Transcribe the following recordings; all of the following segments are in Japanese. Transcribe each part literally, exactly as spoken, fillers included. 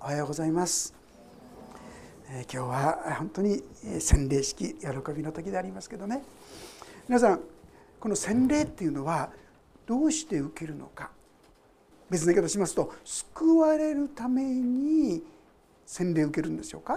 おはようございます。えー、今日は本当に洗礼式喜びの時でありますけどね、皆さんこの洗礼っていうのはどうして受けるのか、別の言い方しますと救われるために洗礼を受けるんでしょうか。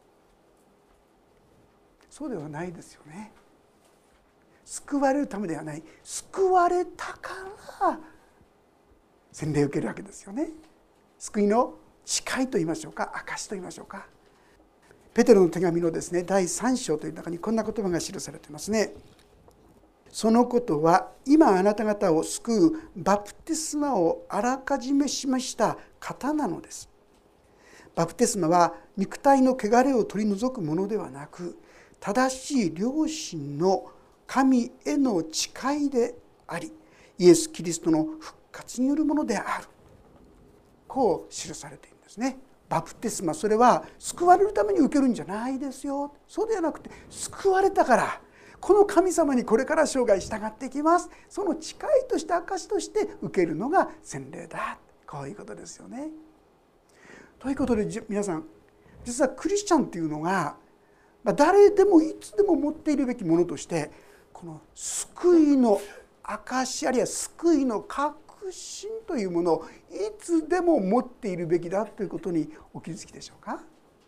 そうではないですよね。救われるためではない、救われたから洗礼を受けるわけですよね。救いの誓いと言いましょうか、証と言いましょうか。ペテロの手紙のですねだいさん章という中にこんな言葉が記されていますね。そのことは今あなた方を救うバプテスマをあらかじめしました方なのです。バプテスマは肉体の汚れを取り除くものではなく、正しい良心の神への誓いであり、イエス・キリストの復活によるものである。こう記されているんですね。バプテスマ、それは救われるために受けるんじゃないですよ。そうではなくて、救われたからこの神様にこれから生涯従っていきます、その誓いとして証として受けるのが洗礼だ。こういうことですよね。ということで皆さん、実はクリスチャンっていうのが誰でもいつでも持っているべきものとして、この救いの証、あるいは救いの確信というものをいつでも持っているべきだということにお気づきでしょうか。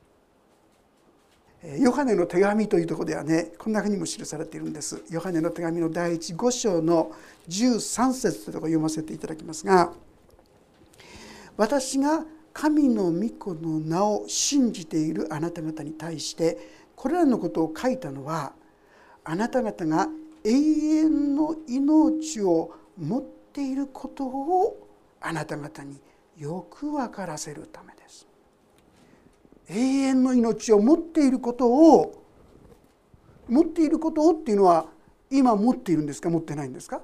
ヨハネの手紙というところではね、こんなふうにも記されているんです。ヨハネの手紙のだいいちご章のじゅうさん節というところを読ませていただきますが、私が神の御子の名を信じているあなた方に対してこれらのことを書いたのは、あなた方が永遠の命を持っていることをあなた方によく分からせるためです。永遠の命を持っていることを持っていることをっていうのは今持っているんですか、持ってないんですか。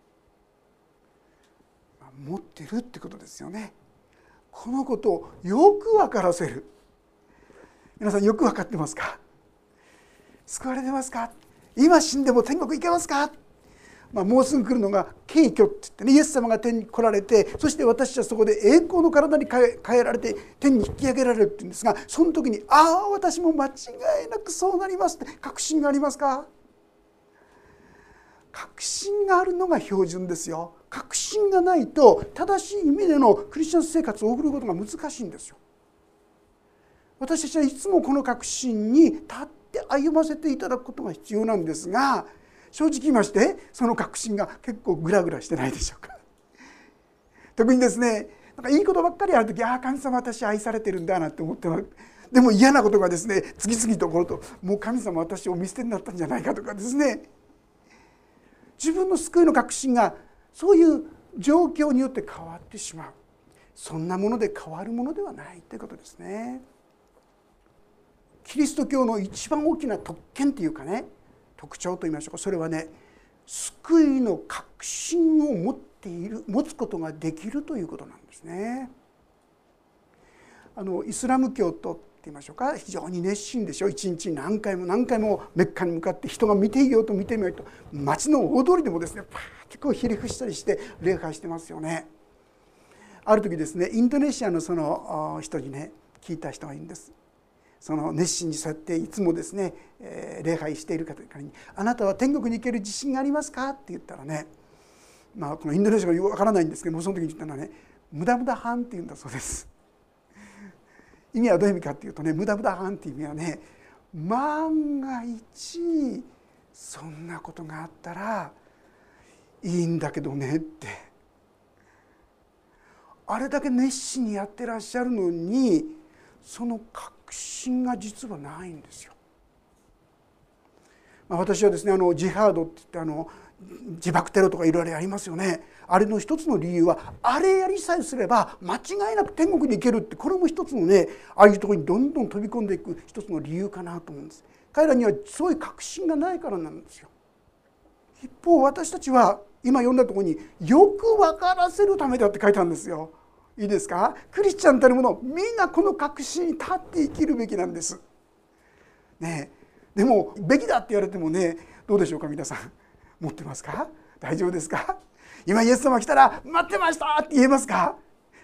持ってるってことですよね。このことをよく分からせる。皆さんよく分かってますか。救われてますか。今死んでも天国行けますか。まあ、もうすぐ来るのが敬虚って言ってね、イエス様が天に来られて、そして私はそこで栄光の体に変え、変えられて天に引き上げられるって言うんですが、その時にああ私も間違いなくそうなりますって確信がありますか。確信があるのが標準ですよ。確信がないと正しい意味でのクリスチャン生活を送ることが難しいんですよ。私たちはいつもこの確信に立って歩ませていただくことが必要なんですが、正直言いましてその確信が結構グラグラしてないでしょうか。特にですね、なんかいいことばっかりあるとき、ああ神様私愛されてるんだなって思ってます。でも嫌なことがですね次々と起こると、もう神様私を見捨てになったんじゃないかとかですね、自分の救いの確信がそういう状況によって変わってしまう、そんなもので変わるものではないということですね。キリスト教の一番大きな特権というかね、特徴といいましょうか、それはね、救いの確信を持っている、持つことができるということなんですね。あのイスラム教徒って言いましょうか、非常に熱心でしょ。一日に何回も何回もメッカに向かって人が見ていようと見てみようと、街の大通りでもですねパーッとこうひれ伏したりして礼拝してますよね。ある時ですね、インドネシアのその人にね聞いた人がいるんです。その熱心にそうやっていつもですね、えー、礼拝している方に「あなたは天国に行ける自信がありますか?」って言ったらね、まあこのインドネシアがよくわからないんですけども、その時に言ったのはね「ムダムダハン」って言うんだそうです。意味はどういう意味かっていうとね、ムダムダハンっていう意味はね、万が一そんなことがあったらいいんだけどねって、あれだけ熱心にやってらっしゃるのにその確信が実はないんですよ。まあ、私はですね、あのジハードって言ってあの自爆テロとかいろいろやりますよね。あれの一つの理由は、あれやりさえすれば間違いなく天国に行けるって、これも一つのね、ああいうところにどんどん飛び込んでいく一つの理由かなと思うんです。彼らにはそういう確信がないからなんですよ。一方私たちは今読んだところによく分からせるためだって書いてあるんですよ。いいですか。クリスチャンたるものみんなこの確信に立って生きるべきなんです、ね、でもべきだって言われてもね、どうでしょうか。皆さん持ってますか。大丈夫ですか。今イエス様来たら待ってましたって言えますか。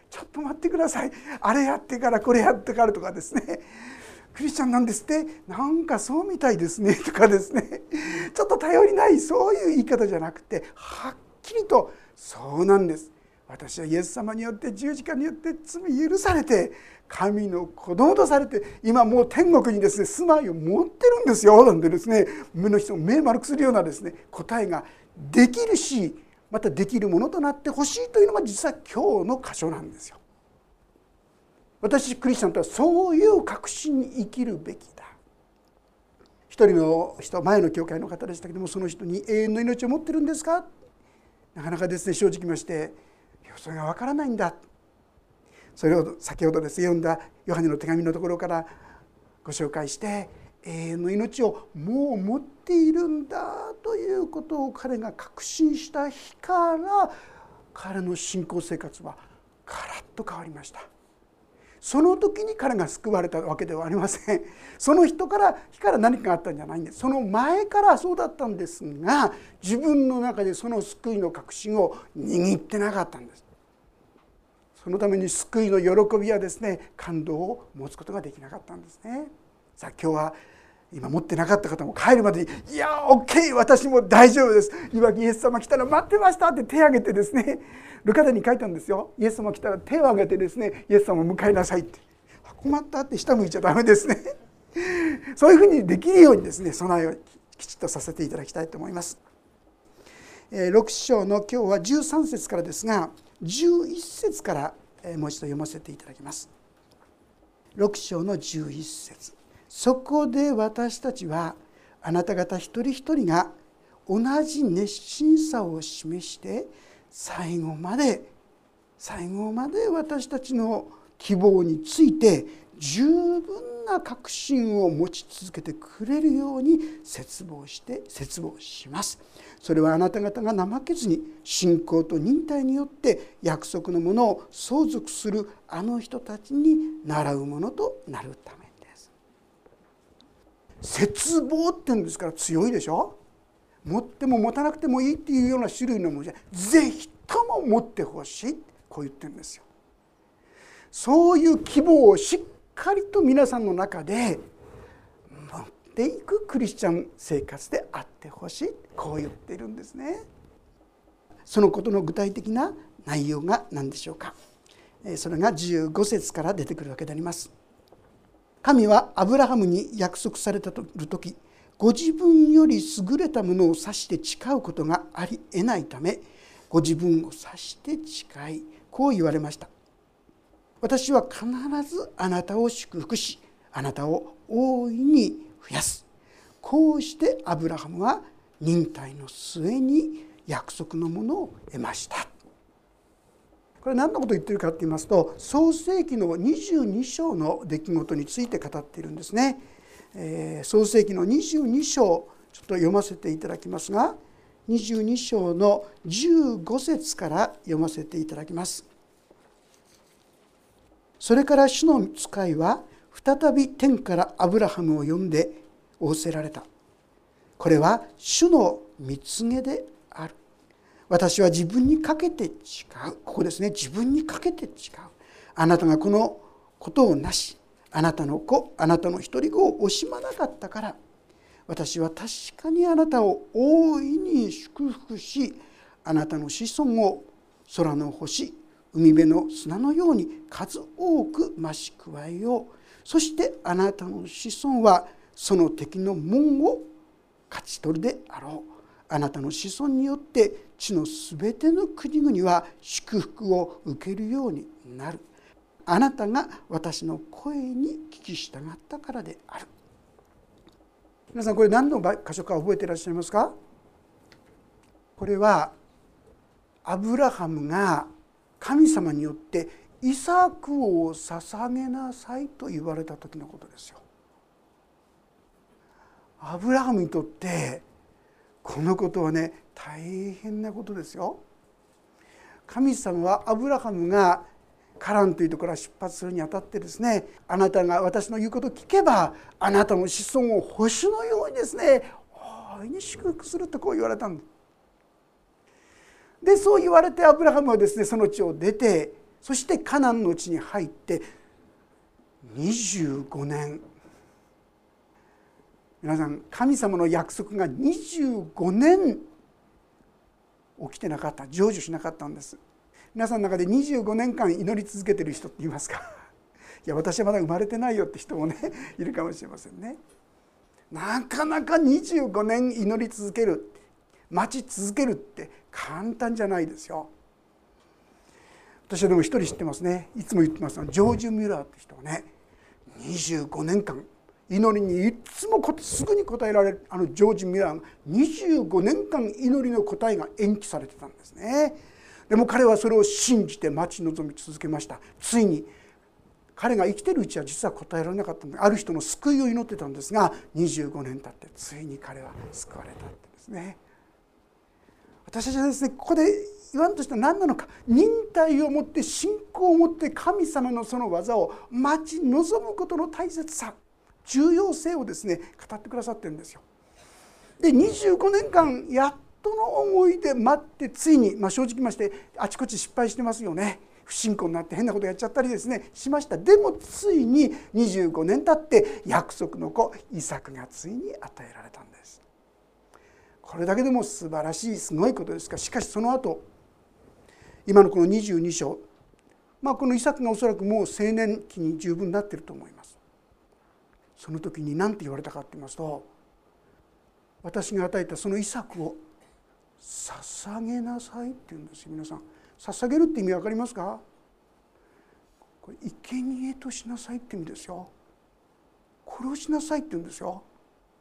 ちょっと待ってください、あれやってからこれやってからとかですね、クリスチャンなんですって、なんかそうみたいですねとかですね、ちょっと頼りない、そういう言い方じゃなくて、はっきりとそうなんです、私はイエス様によって十字架によって罪許されて神の子供とされて、今もう天国にですね住まいを持ってるんですよなんでですね、目の人を目丸くするようなですね答えができるし、またできるものとなってほしいというのが実は今日の箇所なんですよ。私クリスチャンとはそういう確信に生きるべきだ。一人の人、前の教会の方でしたけども、その人に永遠の命を持ってるんですか、なかなかですね正直言いまして、それがわからないんだ。それを先ほどですね読んだヨハネの手紙のところからご紹介して、永遠の命をもう持っているんだということを彼が確信した日から、彼の信仰生活はガラッと変わりました。その時に彼が救われたわけではありません。その人から日から何かがあったんじゃないんです。その前からそうだったんですが、自分の中でその救いの確信を握ってなかったんです。そのために救いの喜びやですね感動を持つことができなかったんですね。さあ今日は今持ってなかった方も帰るまでに、いや OK 私も大丈夫です、今イエス様来たら待ってましたって手を挙げてですね、ルカ伝に書いたんですよ。イエス様来たら手を挙げてですね、イエス様を迎えなさいって。困ったって下向いちゃダメですね。そういうふうにできるようにですね備えをきちっとさせていただきたいと思います。ろく章の今日はじゅうさん節からですが、じゅういち節からもう一度読ませていただきます。ろく章のじゅういち節、そこで私たちはあなた方一人一人が同じ熱心さを示して最後まで最後まで私たちの希望について十分な確信を持ち続けてくれるように切望して切望します。それはあなた方が怠けずに信仰と忍耐によって約束のものを相続するあの人たちに倣うものとなるためです。切望って言うんですから強いでしょ。持っても持たなくてもいいっていうような種類のものじゃぜひとも持ってほしい、こう言ってるんですよ。そういう希望をしっかりと皆さんの中で持っていくクリスチャン生活であってほしい、こう言っているんですね。そのことの具体的な内容が何でしょうか。それがじゅうご節から出てくるわけであります。神はアブラハムに約束された時、ご自分より優れたものを指して誓うことがありえないため、ご自分を指して誓い、こう言われました。私は必ずあなたを祝福し、あなたを大いに増やす。こうしてアブラハムは忍耐の末に約束のものを得ました。これ何のことを言っているかと言いますと、創世記のにじゅうに章の出来事について語っているんですね。えー、創世記のにじゅうに章ちょっと読ませていただきますが、にじゅうに章のじゅうご節から読ませていただきます。それから主の使いは再び天からアブラハムを呼んで仰せられた。これは主の御告げである。私は自分にかけて誓う。ここですね、自分にかけて誓う。あなたがこのことをなし、あなたの子、あなたの一人子を惜しまなかったから、私は確かにあなたを大いに祝福し、あなたの子孫を空の星、海辺の砂のように数多く増し加えよう。そしてあなたの子孫はその敵の門を勝ち取るであろう。あなたの子孫によって地のすべての国々は祝福を受けるようになる。あなたが私の声に聞き従ったからである。皆さんこれ何の箇所か覚えていらっしゃいますか。これはアブラハムが神様によってイサクを捧げなさいと言われた時のことですよ。アブラハムにとってこのことはね大変なことですよ。神様はアブラハムがカランというところから出発するにあたってですね、あなたが私の言うことを聞けばあなたの子孫を星のようにですね大いに祝福するとこう言われたんです。でそう言われてアブラハムはですねその地を出てそしてカナンの地に入ってにじゅうごねん、皆さん、神様の約束がにじゅうごねん起きてなかった、成就しなかったんです。皆さんの中でにじゅうごねんかん祈り続けている人っていますか？いや、私はまだ生まれてないよって人もねいるかもしれませんね。なかなかにじゅうごねん祈り続ける、待ち続けるって簡単じゃないですよ。私はでも一人知ってますね。いつも言ってますが、ジョージ・ミュラーって人はね、にじゅうごねんかん祈りにいつもすぐに答えられる、あのジョージ・ミュラーがにじゅうごねんかん祈りの答えが延期されてたんですね。でも彼はそれを信じて待ち望み続けました。ついに彼が生きているうちは実は答えられなかったので、ある人の救いを祈ってたんですが、にじゅうごねん経ってついに彼は救われたってですね。私たちはですね、ここで言わんとしたら何なのか、忍耐を持って信仰を持って神様のその技を待ち望むことの大切さ、重要性をですね語ってくださってるんですよ。でにじゅうごねんかんやっとの思いで待って、ついに、まあ、正直言いましてあちこち失敗してますよね。不信仰になって変なことやっちゃったりですねしました。でもついににじゅうごねん経って約束の子イサクがついに与えられたんです。これだけでも素晴らしいすごいことですが、しかしその後今のこのにじゅうに章、まあ、このイサクがおそらくもう青年期に十分なっていると思います。その時に何て言われたかと言いますと、私が与えたそのイサクを捧げなさいって言うんですよ。皆さん、捧げるって意味分かりますか？これ生贄としなさいって意味ですよ。殺しなさいって言うんですよ。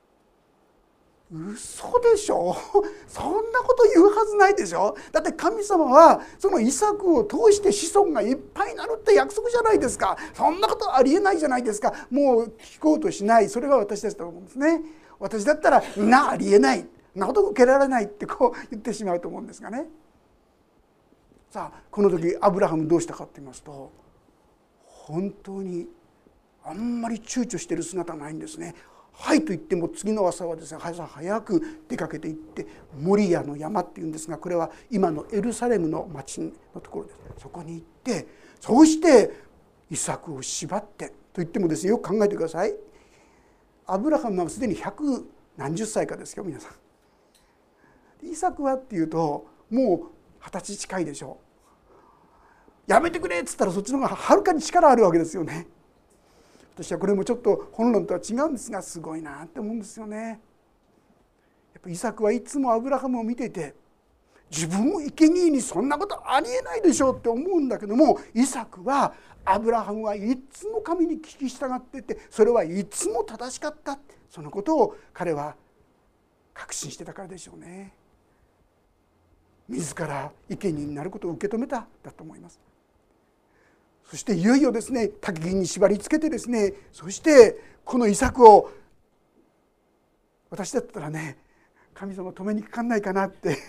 嘘でしょ。そんなこと言うはずないでしょ。だって神様はそのイサクを通して子孫がいっぱいになるって約束じゃないですか。そんなことありえないじゃないですか。もう聞こうとしない、それが私たちだと思うんですね。私だったらなありえない、そんなこと受けられないってこう言ってしまうと思うんですがね。さあこの時アブラハムどうしたかって言いますと、本当にあんまり躊躇している姿がないんですね。はいと言っても次の朝はですね、朝早く出かけて行ってモリアの山っていうんですが、これは今のエルサレムの町のところです。そこに行って、そうしてイサクを縛ってと言ってもですね、よく考えてください。アブラハムはすでに百何十歳かですよ皆さん。イサクはっていうともう二十歳近いでしょう。やめてくれっつったらそっちの方がはるかに力あるわけですよね。私はこれもちょっと本論とは違うんですが、すごいなって思うんですよね。やっぱイサクはいつもアブラハムを見ていて、自分を生贄にそんなことありえないでしょうって思うんだけども、イサクはアブラハムはいつも神に聞き従っていて、それはいつも正しかった、そのことを彼は確信してたからでしょうね。自ら生贄になることを受け止めただと思います。そしていよいよですね、竹銀に縛り付けてですね、そしてこのイサクを、私だったらね、神様止めにかかんないかなって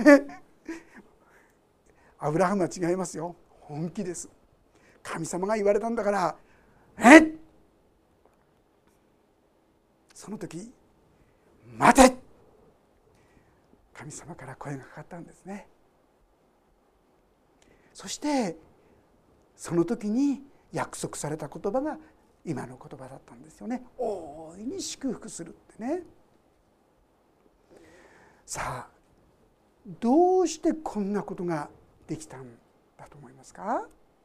アブラハムは違いますよ。本気です。神様が言われたんだからえその時待て、神様から声がかかったんですね。そしてその時に約束された言葉が今の言葉だったんですよね。大いに祝福するってね。さあどうしてこんなことができたんだと思いますか？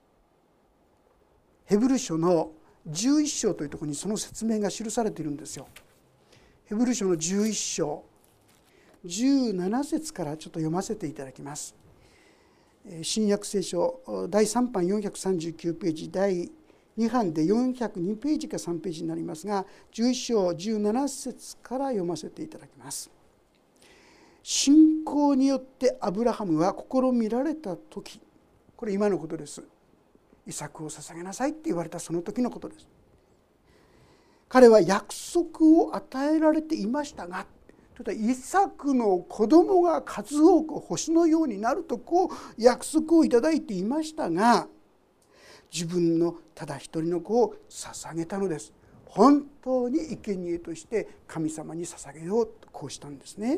ヘブル書のじゅういっ章というところにその説明が記されているんですよ。ヘブル書のじゅういっ章じゅうなな節からちょっと読ませていただきます。新約聖書だいさん版よんひゃくさんじゅうきゅうページ、だいに版でよんひゃくにページかさんページになりますが、じゅういっ章じゅうなな節から読ませていただきます。信仰によってアブラハムは試みられた時、これ今のことです。イサクを捧げなさいって言われたその時のことです。彼は約束を与えられていましたが、イサクの子供が数多く星のようになるとこう約束をいただいていましたが、自分のただ一人の子を捧げたのです。本当に生贄として神様に捧げようとこうしたんですね。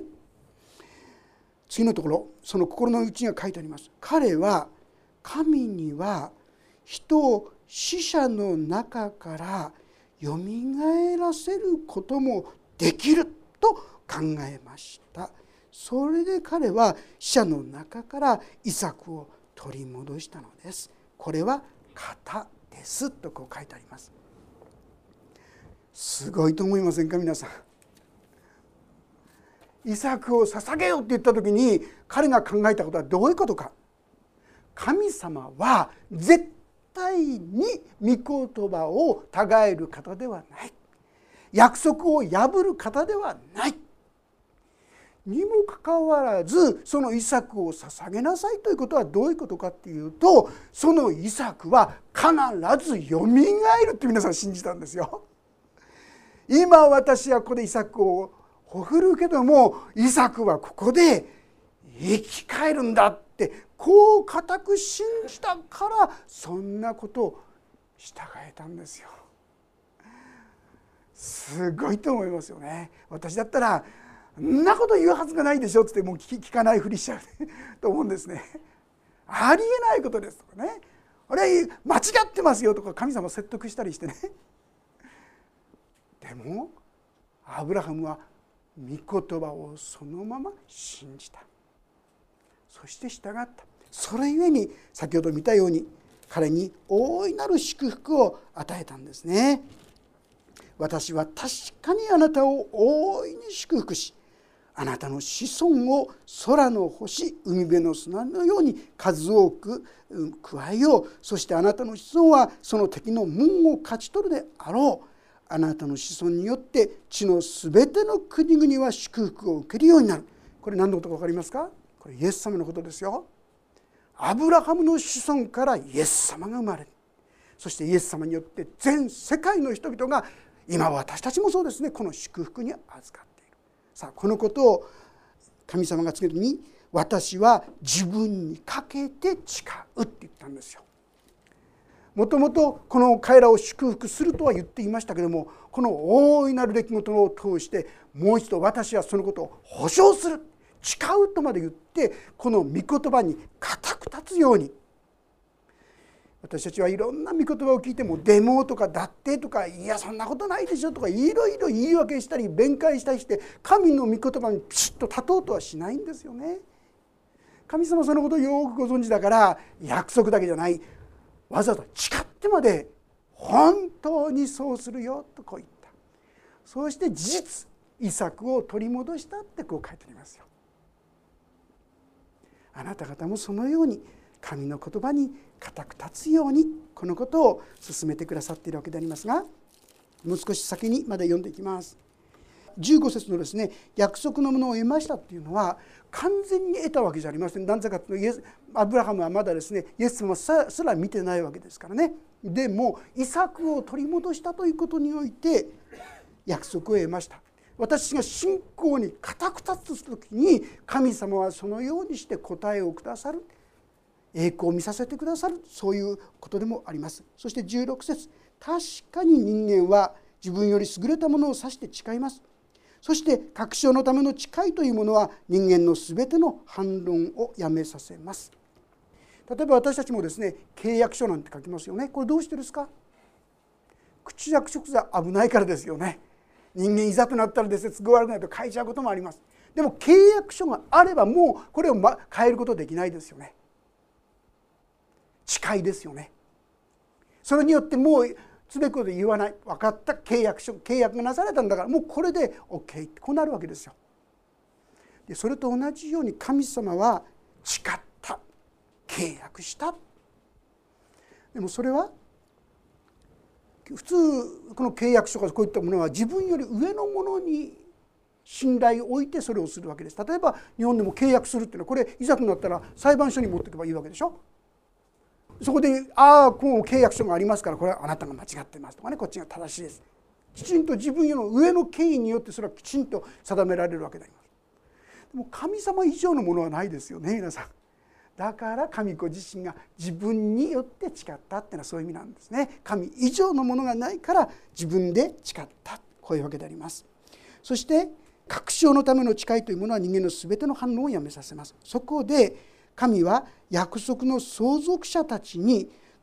次のところ、その心の内が書いてあります。彼は神には人を死者の中からよみがえらせることもできると考えました。それで彼は死者の中からイサクを取り戻したのです。これは型ですとこう書いてあります。すごいと思いませんか皆さん。イサクを捧げようって言った時に彼が考えたことはどういうことか。神様は絶対に御言葉をたがえる方ではない。約束を破る方ではない。にもかかわらずそのイサクを捧げなさいということはどういうことかっていうと、そのイサクは必ずよみがえるって皆さん信じたんですよ。今私はここでイサクをほふるけども、イサクはここで生き返るんだってこう固く信じたから、そんなことを従えたんですよ。すごいと思いますよね。私だったらそんなこと言うはずがないでしょってもう 聞, 聞かないふりしちゃうと思うんですね。ありえないことですとかね、あれ間違ってますよとか神様を説得したりしてね。でもアブラハムは御言葉をそのまま信じた。そして従った。それゆえに先ほど見たように彼に大いなる祝福を与えたんですね。私は確かにあなたを大いに祝福し、あなたの子孫を空の星、海辺の砂のように数多く加えよう。そしてあなたの子孫はその敵の門を勝ち取るであろう。あなたの子孫によって地のすべての国々は祝福を受けるようになる。これ何のことか分かりますか？これイエス様のことですよ。アブラハムの子孫からイエス様が生まれる。そしてイエス様によって全世界の人々が、今私たちもそうですね、この祝福に預かっている。さあこのことを神様が告げるに、私は自分にかけて誓うって言ったんですよ。もともとこの彼らを祝福するとは言っていましたけども、この大いなる出来事を通してもう一度私はそのことを保証する、誓うとまで言って、この御言葉に固く立つように。私たちはいろんな御言葉を聞いても、デモとかだってとか、いやそんなことないでしょとかいろいろ言い訳したり弁解したりして、神の御言葉にピシッと立とうとはしないんですよね。神様そのことをよくご存知だから、約束だけじゃない、わざわざ誓ってまで本当にそうするよとこう言った。そうして事実イサクを取り戻したってこう書いてありますよ。あなた方もそのように神の言葉に固く立つように、このことを進めてくださっているわけでありますが、もう少し先にまで読んでいきます。じゅうご節のですね、約束のものを得ましたっていうのは完全に得たわけじゃありません。なぜかというと、アブラハムはまだですね、イエス様すら見てないわけですからね。でもイサクを取り戻したということにおいて約束を得ました。私が信仰に固く立つ時に、神様はそのようにして答えをくださる、栄光を見させてくださる、そういうことでもあります。そしてじゅうろく節、確かに人間は自分より優れたものを指して誓います。そして確証のための誓いというものは人間のすべての反論をやめさせます。例えば私たちもですね、契約書なんて書きますよね。これどうしてですか？口約束じゃ危ないからですよね。人間いざとなったらですね、都合悪くないと書いちゃうこともあります。でも契約書があればもうこれを変えることできないですよね。誓いですよね。それによってもうつべこで言わない、分かった、契約書契約がなされたんだからもうこれで OK ってこうなるわけですよ。でそれと同じように神様は誓った、契約した。でもそれは普通この契約書がこういったものは自分より上のものに信頼を置いてそれをするわけです。例えば日本でも契約するっていうのは、これいざとなったら裁判所に持っていけばいいわけでしょ。そこでああこう契約書がありますから、これはあなたが間違ってますとかね、こっちが正しいです、きちんと自分より上の権威によってそれはきちんと定められるわけであります。でも神様以上のものはないですよね皆さん。だから神子自身が自分によって誓ったっていうのはそういう意味なんですね。神以上のものがないから自分で誓った、こういうわけであります。そして確証のための誓いというものは人間のすべての反応をやめさせます。そこで神は約束の相続者たちに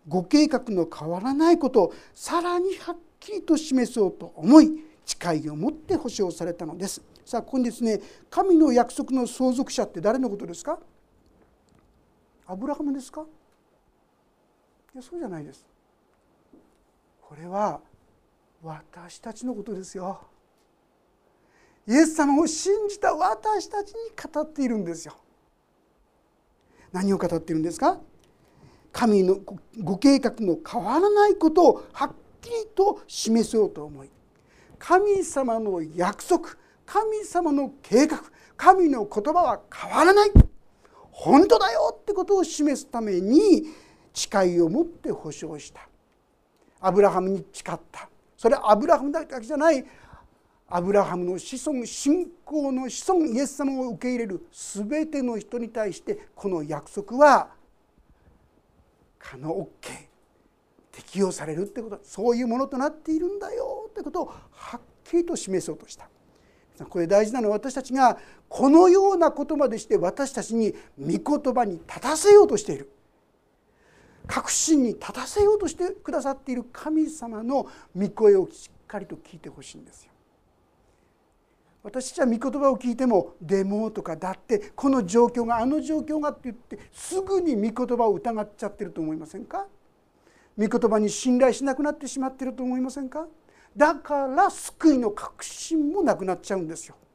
ご計画の変わらないことをさらにはっきりと示そうと思い、誓いを持って保証されたのです。さあここにですね、神の約束の相続者って誰のことですか？アブラハムですか？いや、そうじゃないです。これは私たちのことですよ。イエス様を信じた私たちに語っているんですよ。何を語っているんですか？神のご計画の変わらないことをはっきりと示そうと思い、神様の約束、神様の計画、神の言葉は変わらない、本当だよってことを示すために誓いを持って保証した。アブラハムに誓った。それはアブラハムだけじゃない、アブラハムの子孫、信仰の子孫、イエス様を受け入れるすべての人に対してこの約束は可能 OK、 適用されるってこと、そういうものとなっているんだよってことをはっきりと示そうとした。これ大事なのは、私たちがこのようなことまでして私たちに御言葉に立たせようとしている、確信に立たせようとしてくださっている神様の御声をしっかりと聞いてほしいんですよ。私たちは御言葉を聞いても、でもとかだってこの状況があの状況がって言ってすぐに御言葉を疑っちゃってると思いませんか？御言葉に信頼しなくなってしまっていると思いませんか？だから救いの確信もなくなっちゃうんですよ。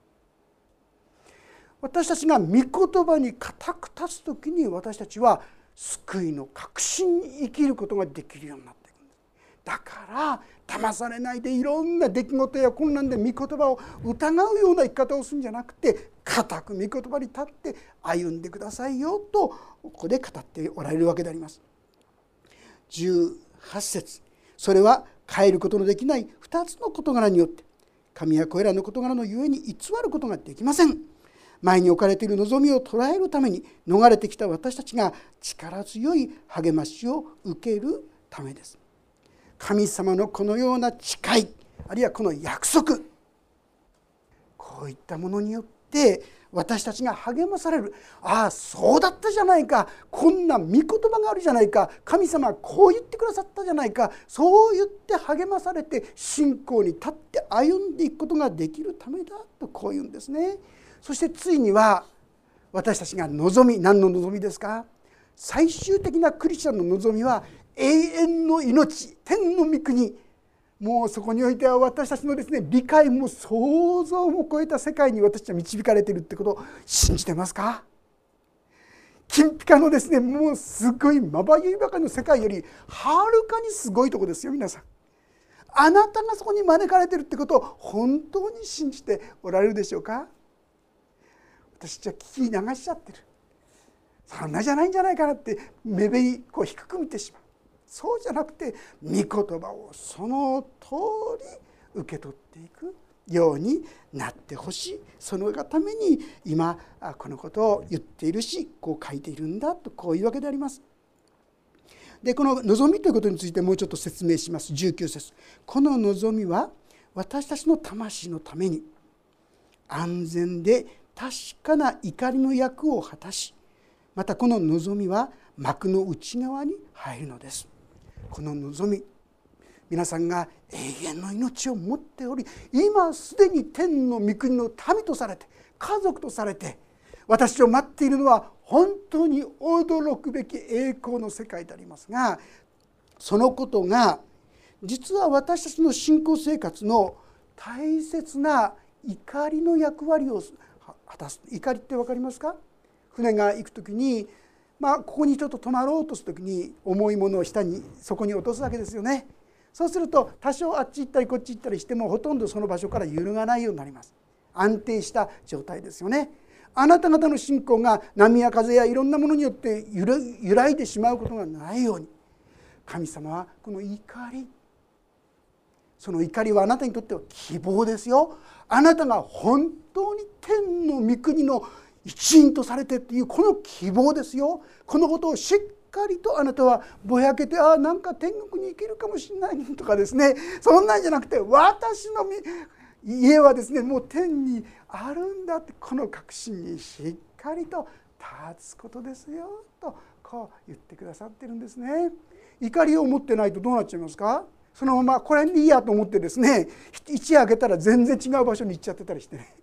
私たちが御言葉に固く立つときに、私たちは救いの確信に生きることができるようになっていくんです。だから騙されないで、いろんな出来事や困難で御言葉を疑うような生き方をするんじゃなくて、固く御言葉に立って歩んでくださいよとここで語っておられるわけであります。じゅうはち節、それは変えることのできないふたつの事柄によって、神やこれらの事柄のゆえに偽ることができません。前に置かれている望みを捉えるために逃れてきた私たちが力強い励ましを受けるためです。神様のこのような誓い、あるいはこの約束、こういったものによって私たちが励まされる。ああ、そうだったじゃないか、こんな御言葉があるじゃないか、神様はこう言ってくださったじゃないか、そう言って励まされて信仰に立って歩んでいくことができるためだと、こう言うんですね。そしてついには私たちが望み、何の望みですか？最終的なクリスチャンの望みは永遠の命、天の御国。もうそこにおいては私たちのですね、理解も想像も超えた世界に私たちは導かれているってことを信じてますか？金ピカのですね、もうすごいまばゆいばかりの世界よりはるかにすごいところですよ。皆さん、あなたがそこに招かれているってことを本当に信じておられるでしょうか？私たちは聞き流しちゃってる。そんなじゃないんじゃないかなって目辺こう低く見てしまう。そうじゃなくて、御言葉をその通り受け取っていくようになってほしい。そのために今このことを言っているし、こう書いているんだと、こういうわけであります。で、この望みということについてもうちょっと説明します。じゅうきゅう節、この望みは私たちの魂のために安全で確かな怒りの役を果たし、またこの望みは幕の内側に入るのです。この望み、皆さんが永遠の命を持っており、今すでに天の御国の民とされて、家族とされて、私を待っているのは本当に驚くべき栄光の世界でありますが、そのことが実は私たちの信仰生活の大切な怒りの役割を果たす。怒りって分かりますか？船が行くときに、まあ、ここにちょっと止まろうとするときに重いものを下にそこに落とすわけですよね。そうすると多少あっち行ったりこっち行ったりしてもほとんどその場所から揺るがないようになります。安定した状態ですよね。あなた方の信仰が波や風やいろんなものによって揺らいでしまうことがないように、神様はこの怒り、その怒りはあなたにとっては希望ですよ。あなたが本当に天の御国の一員とされてっていうこの希望ですよ。このことをしっかりとあなたはぼやけて、ああなんか天国に行けるかもしれないとかですね、そんなんじゃなくて、私の家はですねもう天にあるんだって、この確信にしっかりと立つことですよと、こう言ってくださってるんですね。 怒りを持ってないとどうなっちゃいますか？そのままこれでいいやと思ってですね、一夜明けたら全然違う場所に行っちゃってたりしてね。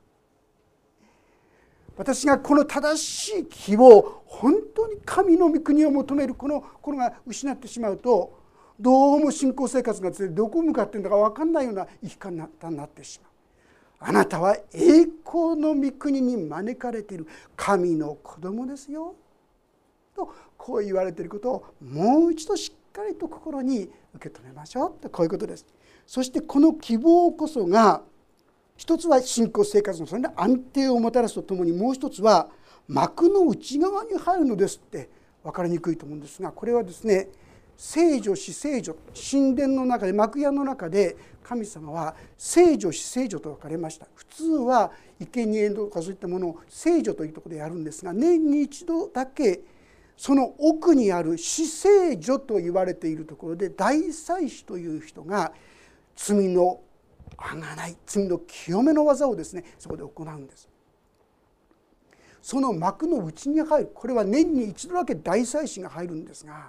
私がこの正しい希望、本当に神の御国を求めるこの心が失ってしまうと、どうも信仰生活がどこ向かっているんだか分かんないような生き方になってしまう。あなたは栄光の御国に招かれている神の子供ですよと、こう言われていることをもう一度しっかりと心に受け止めましょうと、こういうことです。そしてこの希望こそが、一つは信仰生活のそれに安定をもたらすとともに、もう一つは幕の内側に入るのですって分かりにくいと思うんですが、これはですね、聖女死聖女、神殿の中で幕屋の中で神様は聖女死聖女と分かれました。普通は生贄とかそういったものを聖女というところでやるんですが、年に一度だけその奥にある死聖女と言われているところで、大祭司という人が罪のあがない、罪の清めの技をですね、そこで行うんです。その幕の内に入る、これは年に一度だけ大祭司が入るんですが、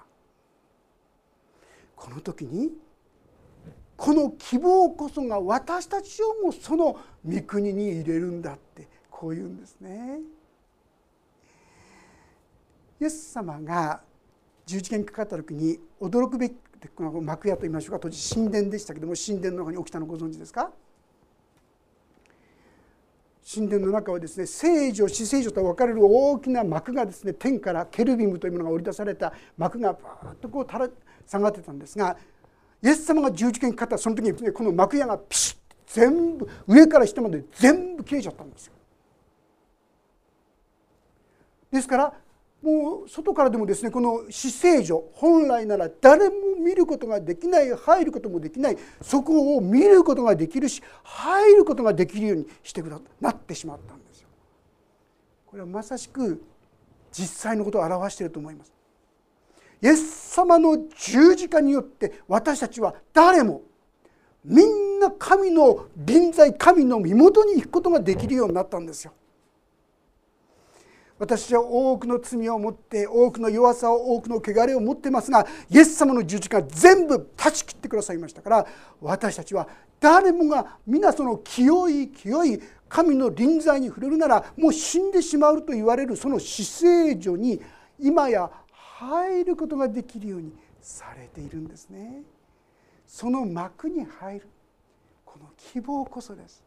この時にこの希望こそが私たちをもその御国に入れるんだって、こう言うんですね。イエス様が十字架にかかった時に驚くべき幕屋と言いましょうか、当時神殿でしたけども、神殿の中に起きたのご存知ですか？神殿の中はですね、聖女死聖女と分かれる大きな幕がですね、天からケルビムというものが織り出された幕がバーッとこう垂れ下がってたんですが、イエス様が十字架にかかったその時にですね、この幕屋がピシッ全部上から下まで全部消えちゃったんですよ。ですからもう外からでもですね、この死聖女、本来なら誰も見ることができない、入ることもできない、そこを見ることができるし入ることができるようにしてくだなってしまったんですよ。これはまさしく実際のことを表していると思います。イエス様の十字架によって私たちは誰もみんな神の臨在、神の身元に行くことができるようになったんですよ。私は多くの罪を持って、多くの弱さを、多くの汚れを持ってますが、イエス様の十字架全部断ち切ってくださいましたから、私たちは誰もが皆その清い清い神の臨在に触れるならもう死んでしまうと言われるその死聖女に今や入ることができるようにされているんですね。その幕に入るこの希望こそです。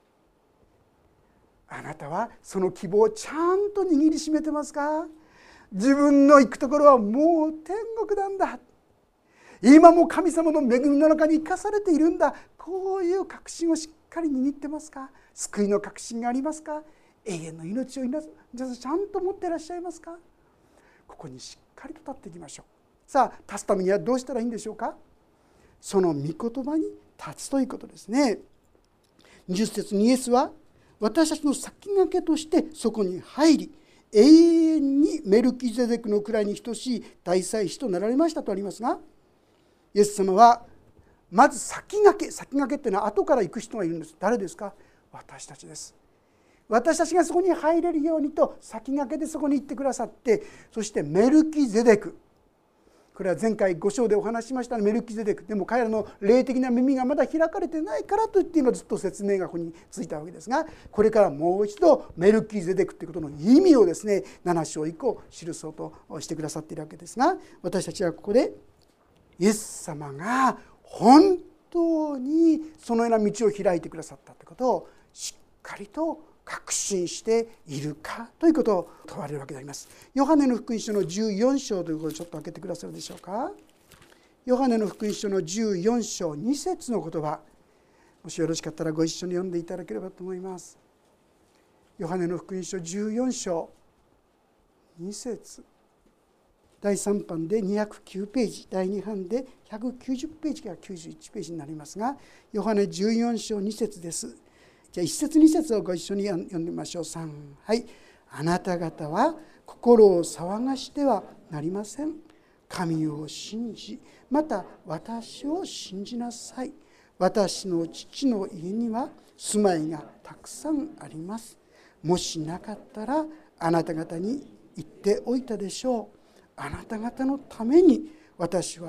あなたはその希望をちゃんと握りしめてますか？自分の行くところはもう天国なんだ、今も神様の恵みの中に生かされているんだ、こういう確信をしっかり握ってますか？救いの確信がありますか？永遠の命を皆さんちゃんと持っていらっしゃいますか？ここにしっかりと立っていきましょう。さあ、立つためにはどうしたらいいんでしょうか？その御言葉に立つということですね。にじゅっ節にイエスは私たちの先駆けとしてそこに入り、永遠にメルキゼデクの位に等しい大祭司となられましたとありますが、イエス様はまず先駆け、先駆けっていうのは後から行く人がいるんです。誰ですか？私たちです。私たちがそこに入れるようにと先駆けでそこに行ってくださって、そしてメルキゼデク、これは前回ご章でお話ししましたメルキゼデク、でも彼らの霊的な耳がまだ開かれてないからといって今ずっと説明がここについたわけですが、これからもう一度メルキゼデクということの意味をですね、なな章以降記そうとしてくださっているわけですが、私たちはここでイエス様が本当にそのような道を開いてくださったということをしっかりと確信しているかということを問われるわけであります。ヨハネの福音書のじゅうよん章ということをちょっと開けてくださるでしょうか。ヨハネの福音書のじゅうよん章に節の言葉、もしよろしかったらご一緒に読んでいただければと思います。ヨハネの福音書じゅうよん章に節、だいさん版でにひゃくきゅうページ、だいに版でひゃくきゅうじゅうページからきゅうじゅういちページになりますが、ヨハネじゅうよん章に節です。じゃあ一節二節をご一緒に読んでみましょう。さん、はい。あなた方は心を騒がしてはなりません。神を信じ、また私を信じなさい。私の父の家には住まいがたくさんあります。もしなかったらあなた方に言っておいたでしょう。あなた方のために私は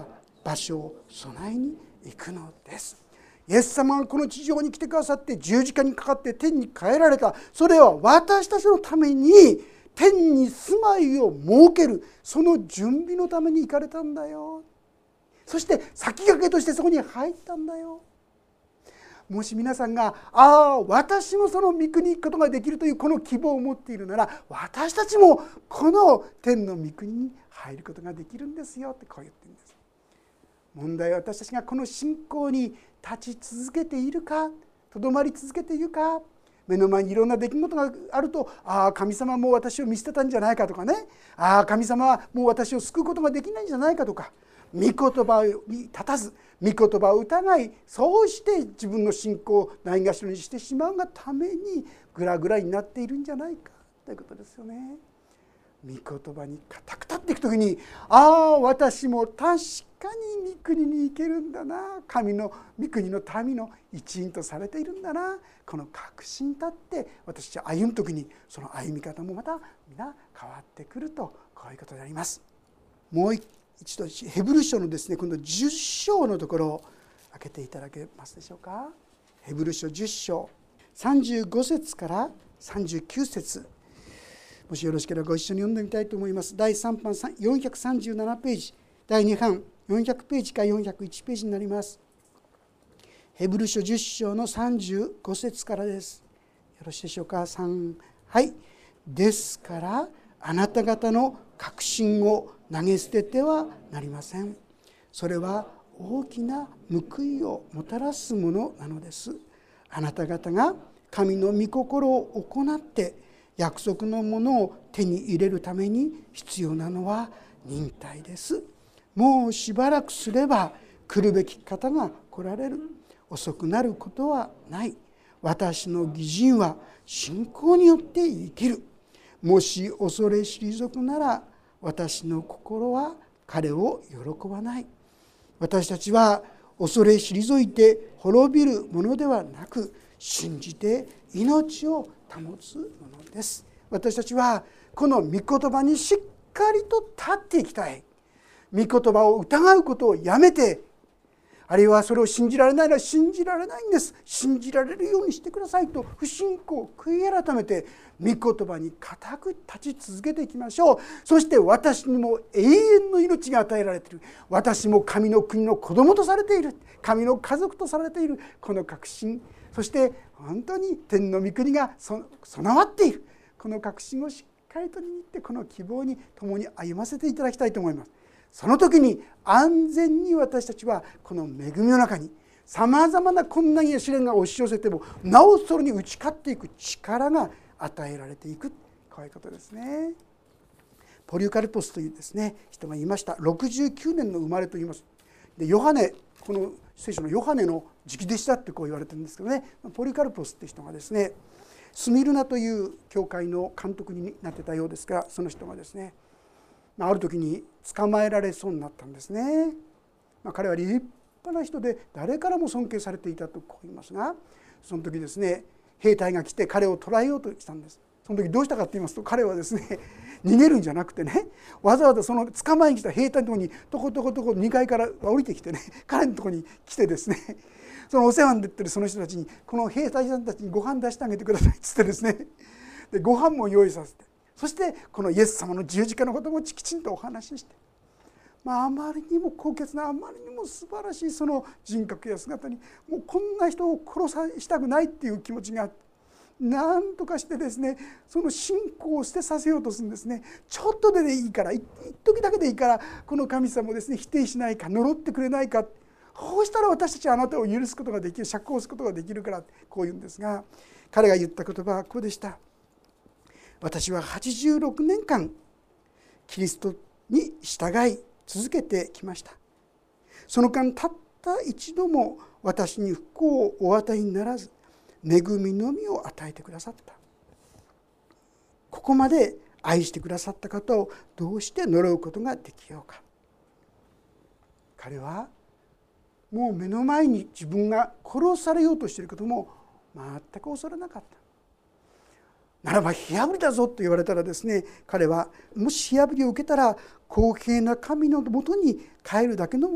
場所を備えに行くのです。イエス様がこの地上に来てくださって十字架にかかって天に帰られた。それは私たちのために天に住まいを設ける、その準備のために行かれたんだよ。そして先駆けとしてそこに入ったんだよ。もし皆さんがああ私もその御国に行くことができるというこの希望を持っているなら、私たちもこの天の御国に入ることができるんですよってこう言ってるんです。問題は私たちがこの信仰に立ち続けているか、とどまり続けているか。目の前にいろんな出来事があると、ああ神様はもう私を見捨てたんじゃないかとかね、ああ神様はもう私を救うことができないんじゃないかとか、御言葉に立たず御言葉を疑い、そうして自分の信仰をないがしろにしてしまうがためにグラグラになっているんじゃないかということですよね。御言葉に固く立っていくときに、ああ私も確かに御国に行けるんだな、神の御国の民の一員とされているんだな、この確信に立って私たち歩むときに、その歩み方もまた皆変わってくると、こういうことであります。もう一度ヘブル書のですね、今度じゅっ章のところを開けていただけますでしょうか。ヘブル書じゅっ章さんじゅうご節からさんじゅうきゅう節、もしよろしければご一緒に読んでみたいと思います。だいさん版よんひゃくさんじゅうななページ、だいに版よんひゃくページかよんひゃくいちページになります。ヘブル書じゅっ章のさんじゅうご節からです。よろしいでしょうか。さん、はい。ですからあなた方の確信を投げ捨ててはなりません。それは大きな報いをもたらすものなのです。あなた方が神の御心を行って約束のものを手に入れるために必要なのは忍耐です。もうしばらくすれば来るべき方が来られる。遅くなることはない。私の義人は信仰によって生きる。もし恐れ退くなら私の心は彼を喜ばない。私たちは恐れ退いて滅びるものではなく、信じて命を保つものです。私たちはこの御言葉にしっかりと立っていきたい。御言葉を疑うことをやめて、あるいはそれを信じられないのは信じられないんです、信じられるようにしてくださいと不信仰を悔い改めて御言葉に固く立ち続けていきましょう。そして私にも永遠の命が与えられている、私も神の国の子供とされている、神の家族とされている、この確信、そして本当に天の御国が備わっている、この確信をしっかりと握ってこの希望に共に歩ませていただきたいと思います。その時に安全に私たちはこの恵みの中にさまざまな困難や試練が押し寄せてもなおそれに打ち勝っていく力が与えられていく、こういうことですね。ポリュカルポスというですね人が言いました。ろくじゅうきゅうねんの生まれと言います。でヨハネ、この聖書のヨハネの直弟子だってこう言われてるんですけどね、ポリュカルポスって人がですねスミルナという教会の監督になってたようですが、その人がですねある時に捕まえられそうになったんですね。まあ、彼は立派な人で誰からも尊敬されていたとこう言いますが、その時ですね兵隊が来て彼を捕らえようとしたんです。その時どうしたかと言いますと、彼はですね逃げるんじゃなくてね、わざわざその捕まえに来た兵隊のところにトコトコトコにかいから降りてきてね、彼のところに来てですね、そのお世話になってるその人たちにこの兵隊さんたちにご飯出してあげてくださいっつってですね、でご飯も用意させて、そしてこのイエス様の十字架のこともきちんとお話しして、まあ、あまりにも高潔な、あまりにも素晴らしいその人格や姿に、もうこんな人を殺さしたくないっていう気持ちがあって、何とかしてですねその信仰を捨てさせようとするんですね。ちょっとでいいから、一時だけでいいからこの神様をですね否定しないか、呪ってくれないか、こうしたら私たちはあなたを許すことができる、釈放することができるから、こう言うんですが、彼が言った言葉はこうでした。私ははちじゅうろくねんかんキリストに従い続けてきました。その間たった一度も私に不幸をお与えにならず、恵みのみを与えてくださった。ここまで愛してくださった方をどうして呪うことができようか。彼はもう目の前に自分が殺されようとしていることも全く恐れなかった。ならば火あぶりだぞと言われたらですね、彼はもし火あぶりを受けたら公平な神のもとに帰るだけの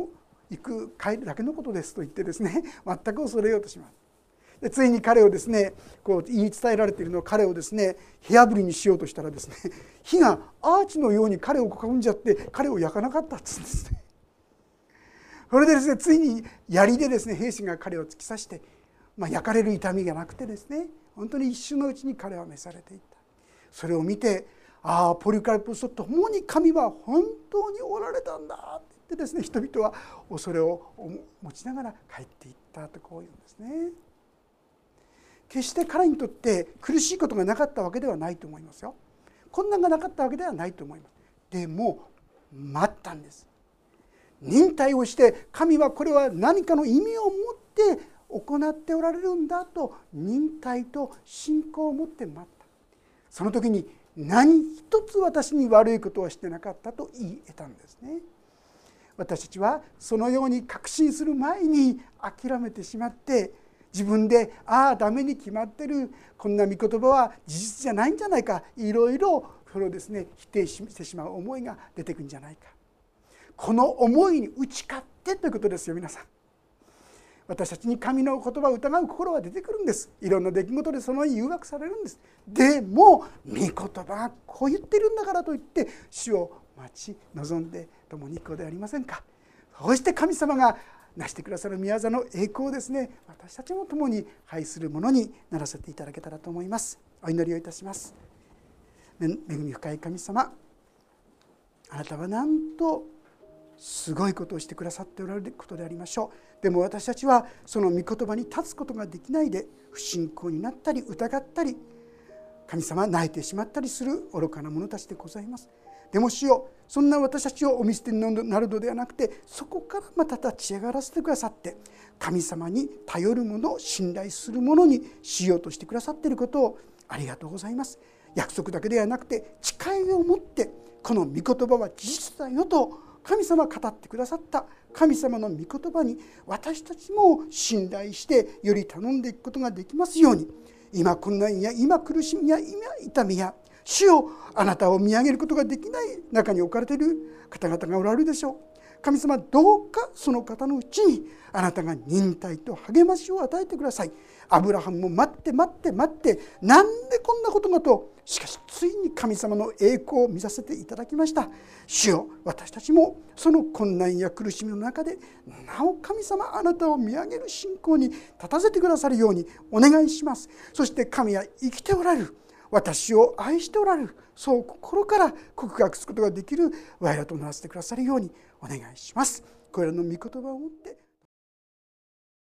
行く帰るだけのことですと言ってですね、全く恐れようとします。でついに彼をですね、こう言い伝えられているのは、彼をですね火あぶりにしようとしたらですね、火がアーチのように彼を囲んじゃって彼を焼かなかったっつうんですね。それでですね、ついに槍でですね兵士が彼を突き刺して、まあ、焼かれる痛みがなくてですね、本当に一瞬のうちに彼は召されていった。それを見て、ああポリカルポスと共に神は本当におられたんだって言ってですね、人々は恐れを持ちながら帰っていったとこう言うんですね。決して彼にとって苦しいことがなかったわけではないと思いますよ。困難がなかったわけではないと思います。でも待ったんです。忍耐をして、神はこれは何かの意味を持って行っておられるんだと忍耐と信仰を持って待った。その時に何一つ私に悪いことをしてなかったと言い得たんですね。私たちはそのように確信する前に諦めてしまって、自分でああダメに決まってる、こんな御言葉は事実じゃないんじゃないか、いろいろそれをですね否定してしまう思いが出てくるんじゃないか。この思いに打ち勝ってということですよ。皆さん、私たちに神の言葉を疑う心は出てくるんです。いろんな出来事でそのように誘惑されるんです。でも御言葉がこう言ってるんだからといって主を待ち望んで共に行こうではありませんか。そうして神様がなしてくださる宮座の栄光をですね、私たちも共に拝するものにならせていただけたらと思います。お祈りをいたします。恵み深い神様、あなたはなんとすごいことをしてくださっておられることでありましょう。でも私たちはその御言葉に立つことができないで、不信仰になったり疑ったり、神様は泣いてしまったりする愚かな者たちでございます。でも主よ、そんな私たちをお見捨てになるのではなくて、そこからまた立ち上がらせてくださって、神様に頼るもの、信頼するものにしようとしてくださっていることをありがとうございます。約束だけではなくて誓いを持って、この御言葉は事実だよと神様が語ってくださった神様の御言葉に私たちも信頼してより頼んでいくことができますように、今困難や今苦しみや今痛みや、主よあなたを見上げることができない中に置かれている方々がおられるでしょう。神様、どうかその方のうちにあなたが忍耐と励ましを与えてください。アブラハムも待って待って待って、なんでこんなことがと、しかしついに神様の栄光を見させていただきました。主よ、私たちもその困難や苦しみの中でなお神様あなたを見上げる信仰に立たせてくださるようにお願いします。そして神は生きておられる、私を愛しておられる、そう心から告白することができる我らとならせてくださるようにお願いします。これらの御言葉を持って